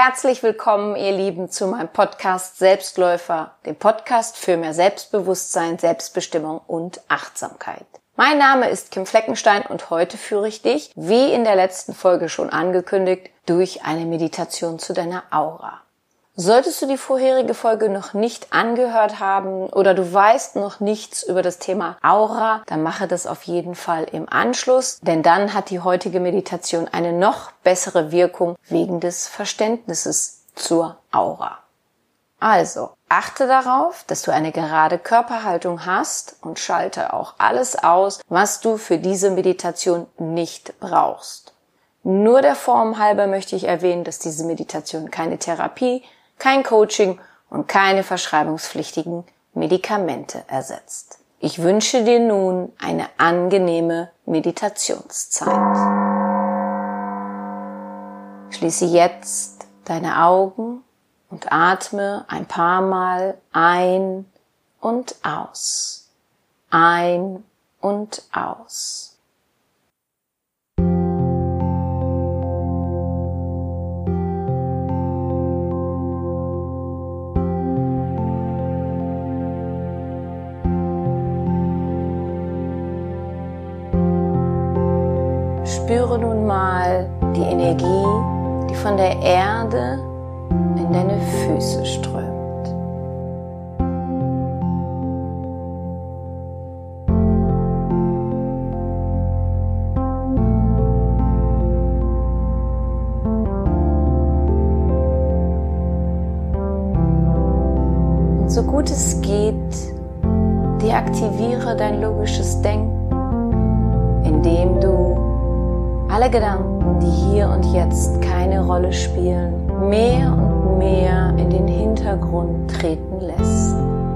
Herzlich willkommen, ihr Lieben, zu meinem Podcast Selbstläufer, dem Podcast für mehr Selbstbewusstsein, Selbstbestimmung und Achtsamkeit. Mein Name ist Kim Fleckenstein und heute führe ich dich, wie in der letzten Folge schon angekündigt, durch eine Meditation zu deiner Aura. Solltest du die vorherige Folge noch nicht angehört haben oder du weißt noch nichts über das Thema Aura, dann mache das auf jeden Fall im Anschluss, denn dann hat die heutige Meditation eine noch bessere Wirkung wegen des Verständnisses zur Aura. Also, achte darauf, dass du eine gerade Körperhaltung hast und schalte auch alles aus, was du für diese Meditation nicht brauchst. Nur der Form halber möchte ich erwähnen, dass diese Meditation keine Therapie, kein Coaching und keine verschreibungspflichtigen Medikamente ersetzt. Ich wünsche dir nun eine angenehme Meditationszeit. Schließe jetzt deine Augen und atme ein paar Mal ein und aus. Ein und aus. Spüre nun mal die Energie, die von der Erde in deine Füße strömt. Und so gut es geht, deaktiviere dein logisches Denken, indem du alle Gedanken, die hier und jetzt keine Rolle spielen, mehr und mehr in den Hintergrund treten lässt.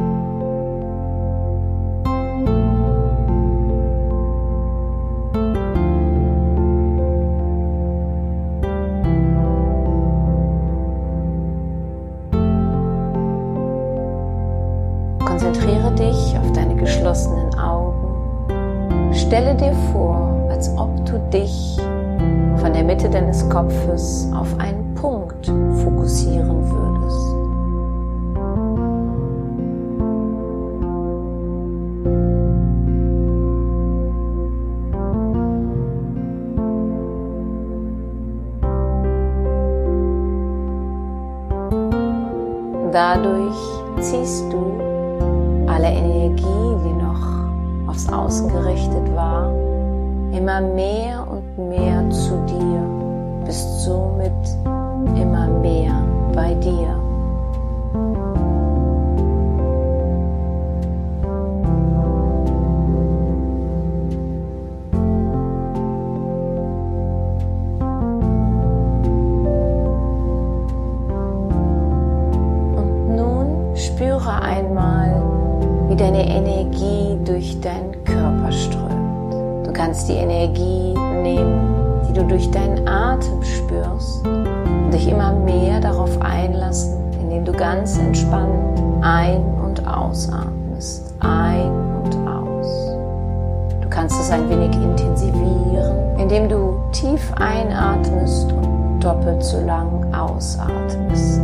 Konzentriere dich auf deine geschlossenen Augen. Stelle dir vor, als ob du dich von der Mitte deines Kopfes auf einen Punkt fokussieren würdest. Dadurch ziehst du alle Energie, die noch aufs Außen gerichtet war, immer mehr und mehr zu dir, bist somit immer mehr bei dir. Und nun spüre einmal, wie deine Energie durch deinen Körper strömt. Du kannst die Energie nehmen, die du durch deinen Atem spürst und dich immer mehr darauf einlassen, indem du ganz entspannt ein- und ausatmest. Ein und aus. Du kannst es ein wenig intensivieren, indem du tief einatmest und doppelt so lang ausatmest.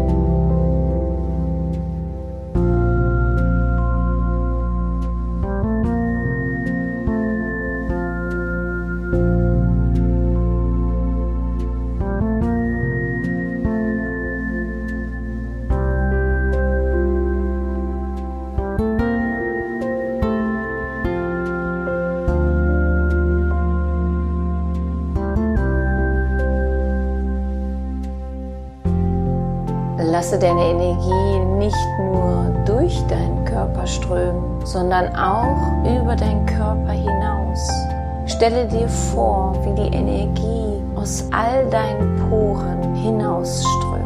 Lasse deine Energie nicht nur durch deinen Körper strömen, sondern auch über deinen Körper hinaus. Stelle dir vor, wie die Energie aus all deinen Poren hinausströmt.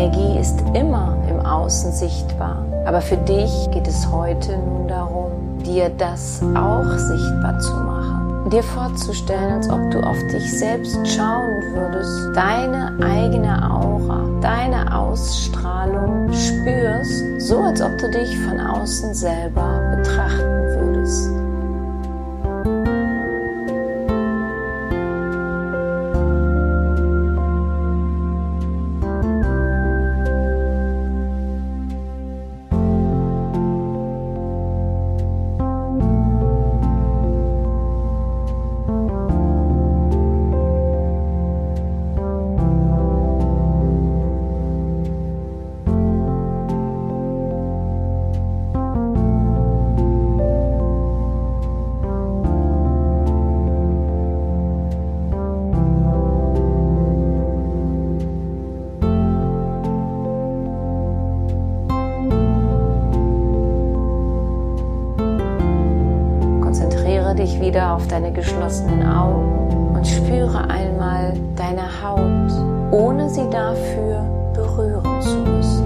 Energie ist immer im Außen sichtbar, aber für dich geht es heute nun darum, dir das auch sichtbar zu machen. Dir vorzustellen, als ob du auf dich selbst schauen würdest, deine eigene Aura, deine Ausstrahlung spürst, so als ob du dich von außen selber betrachten würdest. Dich wieder auf deine geschlossenen Augen und spüre einmal deine Haut, ohne sie dafür berühren zu müssen.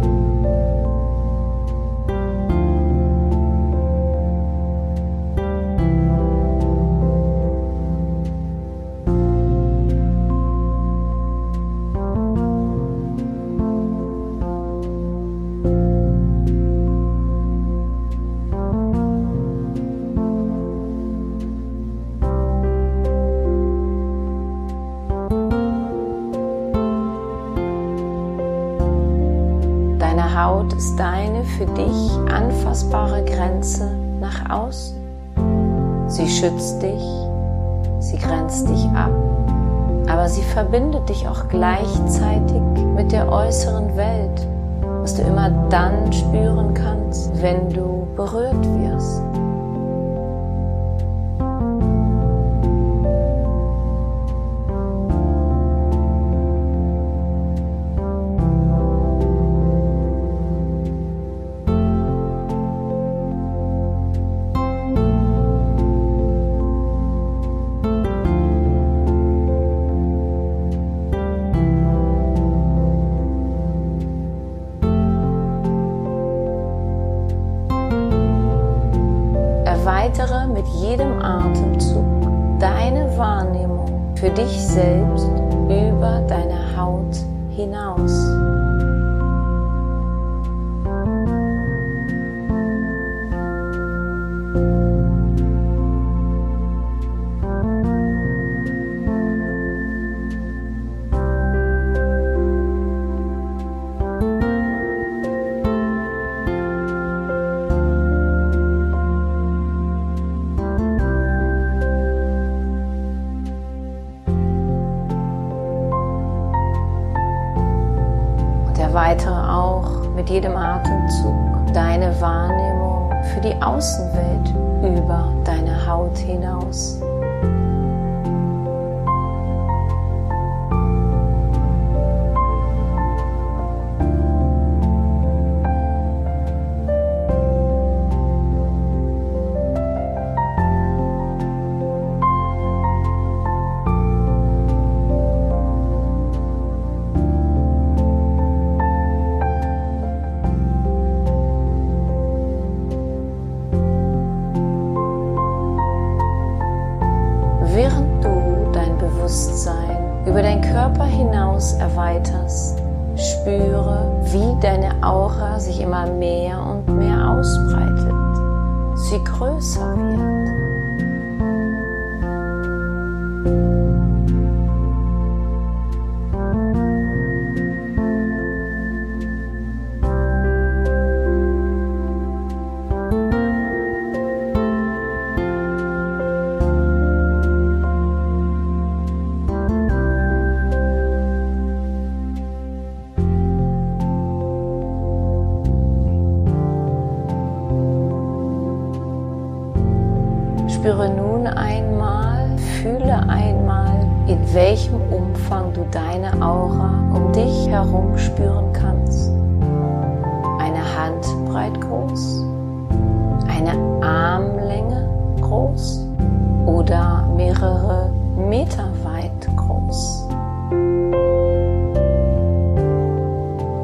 Deine Haut ist deine für dich anfassbare Grenze nach außen. Sie schützt dich, sie grenzt dich ab, aber sie verbindet dich auch gleichzeitig mit der äußeren Welt, was du immer dann spüren kannst, wenn du berührt wirst. Erweitere mit jedem Atemzug deine Wahrnehmung für dich selbst über deine Haut hinaus. Erweitere auch mit jedem Atemzug deine Wahrnehmung für die Außenwelt über deine Haut hinaus. Während du dein Bewusstsein über deinen Körper hinaus erweiterst, spüre, wie deine Aura sich immer mehr und mehr ausbreitet, sie größer wird. Spüre nun einmal, fühle einmal, in welchem Umfang du deine Aura um dich herum spüren kannst. Eine Handbreit groß, eine Armlänge groß oder mehrere Meter weit groß.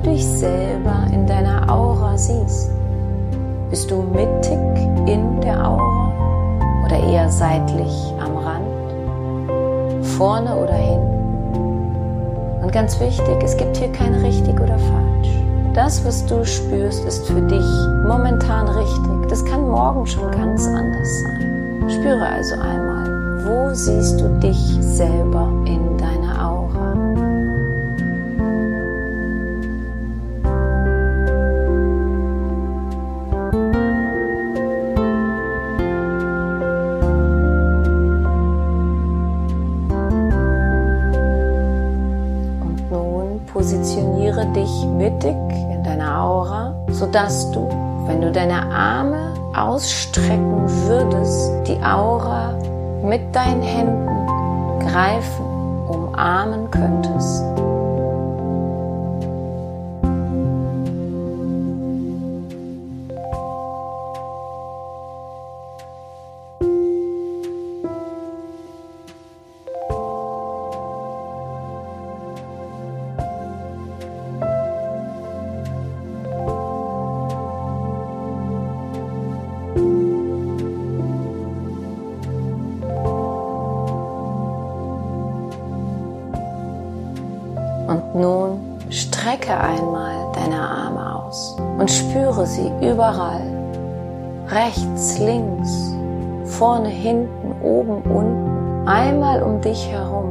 dich selber in deiner Aura siehst. Bist du mittig in der Aura oder eher seitlich am Rand, vorne oder hinten? Und ganz wichtig, es gibt hier kein richtig oder falsch. Das, was du spürst, ist für dich momentan richtig. Das kann morgen schon ganz anders sein. Spüre also einmal, wo siehst du dich selber in deiner Aura? Und nun positioniere dich mittig in deiner Aura, sodass du, wenn du deine Arme ausstrecken würdest, die Aura mit deinen Händen greifen, umarmen könntest. Und nun strecke einmal deine Arme aus und spüre sie überall. Rechts, links, vorne, hinten, oben, unten, einmal um dich herum.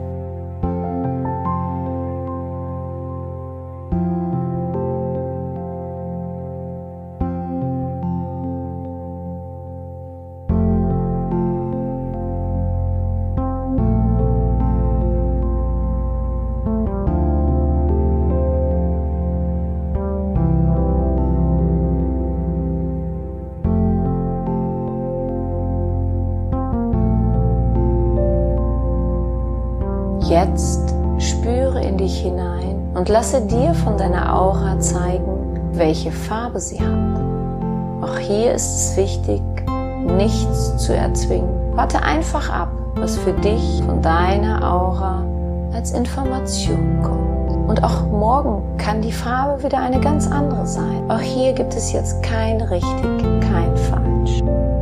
Jetzt spüre in dich hinein und lasse dir von deiner Aura zeigen, welche Farbe sie hat. Auch hier ist es wichtig, nichts zu erzwingen. Warte einfach ab, was für dich von deiner Aura als Information kommt. Und auch morgen kann die Farbe wieder eine ganz andere sein. Auch hier gibt es jetzt kein richtig, kein falsch.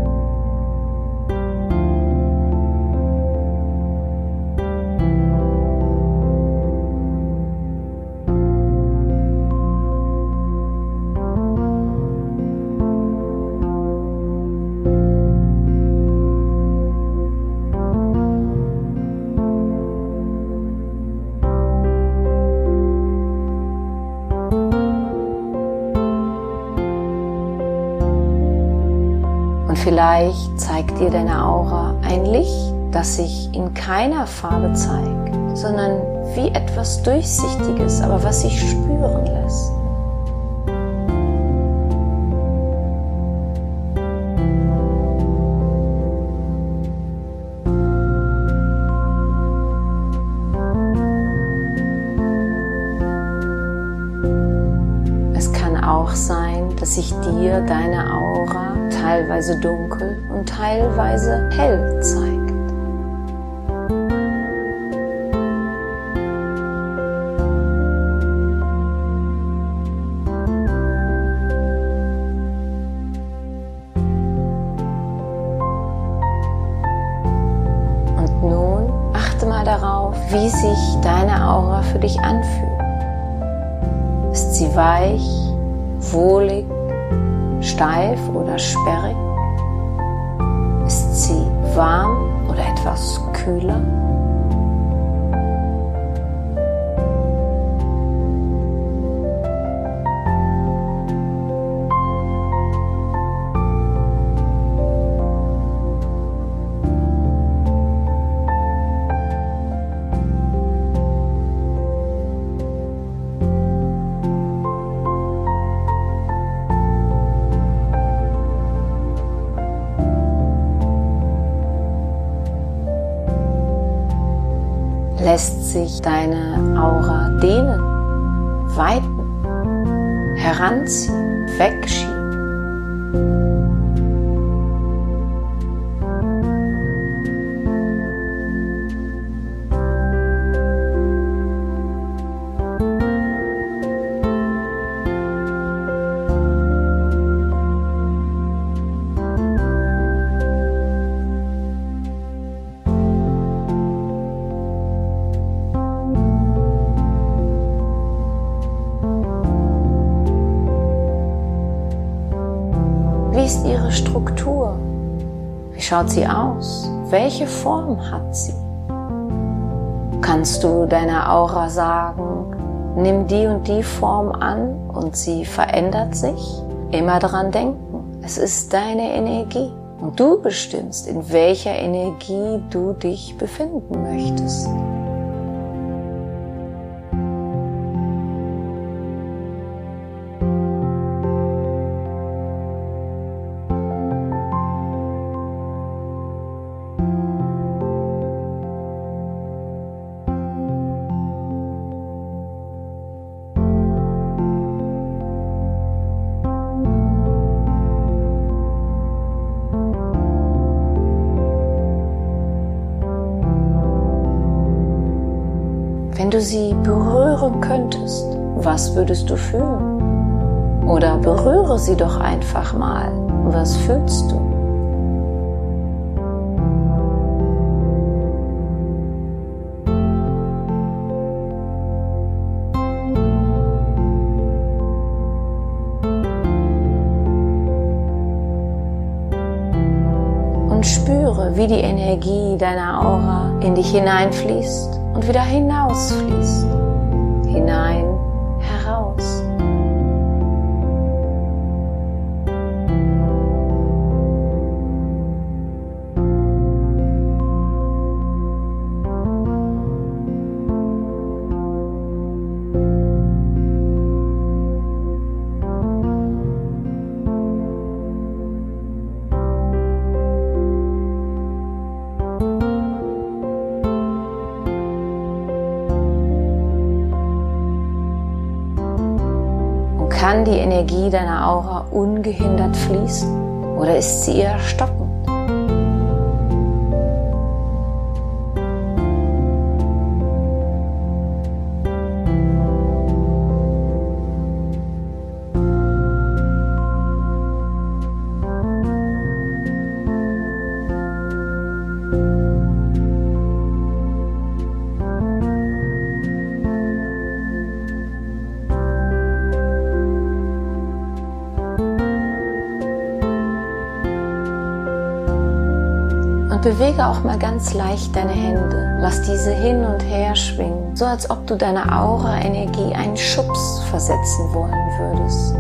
Vielleicht zeigt dir deine Aura ein Licht, das sich in keiner Farbe zeigt, sondern wie etwas Durchsichtiges, aber was sich spüren lässt. Es kann auch sein, dass sich dir deine Aura teilweise dunkel und teilweise hell zeigt. Und nun achte mal darauf, wie sich deine Aura für dich anfühlt. Ist sie weich, wohlig, steif oder sperrig? Ist sie warm oder etwas kühler? Lässt sich deine Aura dehnen, weiten, heranziehen, wegschieben? Struktur? Wie schaut sie aus? Welche Form hat sie? Kannst du deiner Aura sagen, nimm die und die Form an und sie verändert sich? Immer daran denken, es ist deine Energie und du bestimmst, in welcher Energie du dich befinden möchtest. Wenn du sie berühren könntest, was würdest du fühlen? Oder berühre sie doch einfach mal. Was fühlst du? Und spüre, wie die Energie deiner Aura in dich hineinfließt und wieder hinausfließt. Hinein, heraus. Kann die Energie deiner Aura ungehindert fließen oder ist sie eher stockend? Bewege auch mal ganz leicht deine Hände. Lass diese hin und her schwingen, so als ob du deiner Aura-Energie einen Schubs versetzen wollen würdest.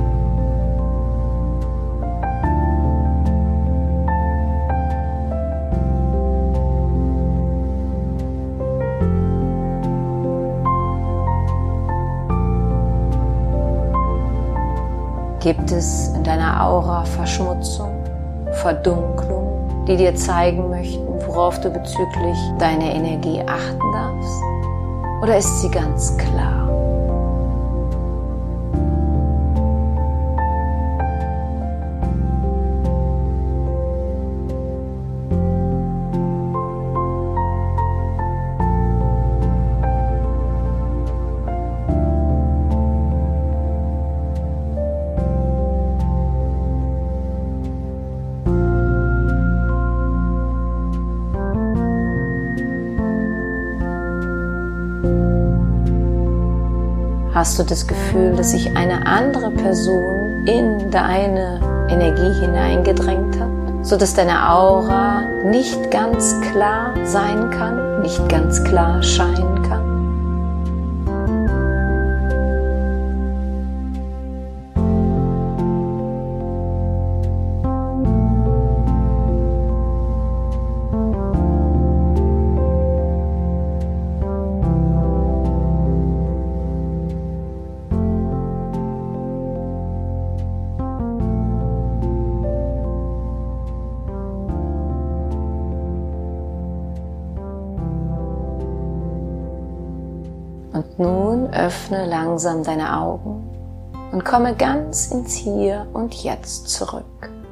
Gibt es in deiner Aura Verschmutzung, Verdunklung, die dir zeigen möchten, worauf du bezüglich deiner Energie achten darfst? Oder ist sie ganz klar? Hast du das Gefühl, dass sich eine andere Person in deine Energie hineingedrängt hat, sodass deine Aura nicht ganz klar sein kann, nicht ganz klar scheinen kann? Und nun öffne langsam deine Augen und komme ganz ins Hier und Jetzt zurück.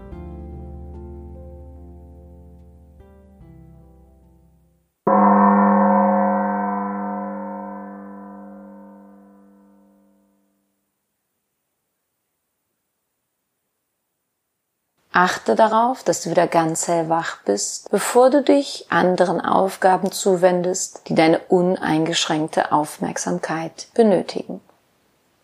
Achte darauf, dass du wieder ganz hellwach bist, bevor du dich anderen Aufgaben zuwendest, die deine uneingeschränkte Aufmerksamkeit benötigen.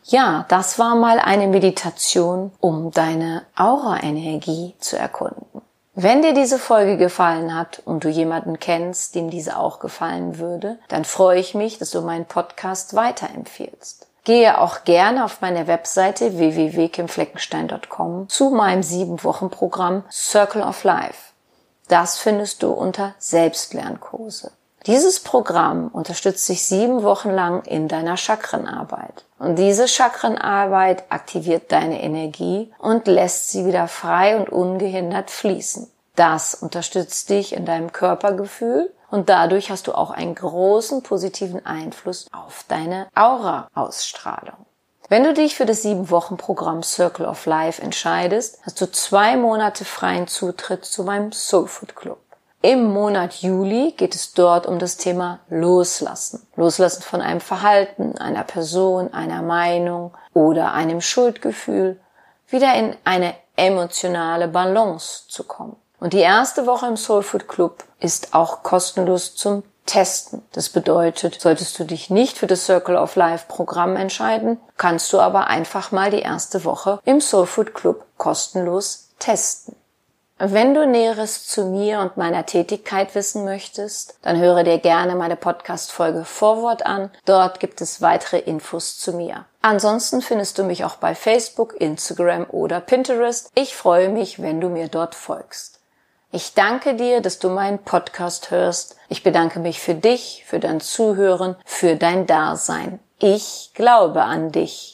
Ja, das war mal eine Meditation, um deine Aura-Energie zu erkunden. Wenn dir diese Folge gefallen hat und du jemanden kennst, dem diese auch gefallen würde, dann freue ich mich, dass du meinen Podcast weiterempfiehlst. Gehe auch gerne auf meine Webseite www.kimfleckenstein.com zu meinem 7-Wochen-Programm Circle of Life. Das findest du unter Selbstlernkurse. Dieses Programm unterstützt dich 7 Wochen lang in deiner Chakrenarbeit. Und diese Chakrenarbeit aktiviert deine Energie und lässt sie wieder frei und ungehindert fließen. Das unterstützt dich in deinem Körpergefühl und dadurch hast du auch einen großen positiven Einfluss auf deine Aura-Ausstrahlung. Wenn du dich für das 7-Wochen-Programm Circle of Life entscheidest, hast du 2 Monate freien Zutritt zu meinem Soul Food Club. Im Monat Juli geht es dort um das Thema Loslassen. Loslassen von einem Verhalten, einer Person, einer Meinung oder einem Schuldgefühl, wieder in eine emotionale Balance zu kommen. Und die erste Woche im Soul Food Club ist auch kostenlos zum Testen. Das bedeutet, solltest du dich nicht für das Circle of Life Programm entscheiden, kannst du aber einfach mal die erste Woche im Soul Food Club kostenlos testen. Wenn du Näheres zu mir und meiner Tätigkeit wissen möchtest, dann höre dir gerne meine Podcast-Folge Vorwort an. Dort gibt es weitere Infos zu mir. Ansonsten findest du mich auch bei Facebook, Instagram oder Pinterest. Ich freue mich, wenn du mir dort folgst. Ich danke dir, dass du meinen Podcast hörst. Ich bedanke mich für dich, für dein Zuhören, für dein Dasein. Ich glaube an dich.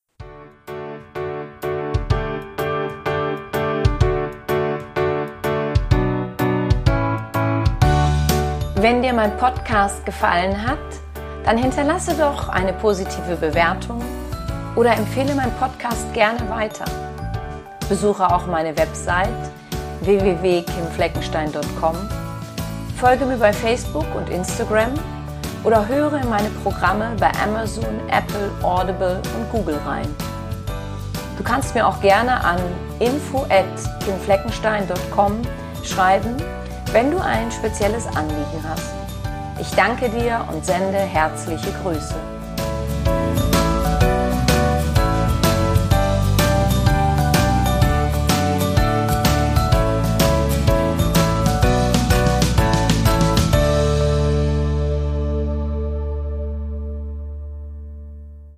Wenn dir mein Podcast gefallen hat, dann hinterlasse doch eine positive Bewertung oder empfehle meinen Podcast gerne weiter. Besuche auch meine Website www.kimfleckenstein.com, folge mir bei Facebook und Instagram oder höre in meine Programme bei Amazon, Apple, Audible und Google rein. Du kannst mir auch gerne an info@kimfleckenstein.com schreiben, wenn du ein spezielles Anliegen hast. Ich danke dir und sende herzliche Grüße.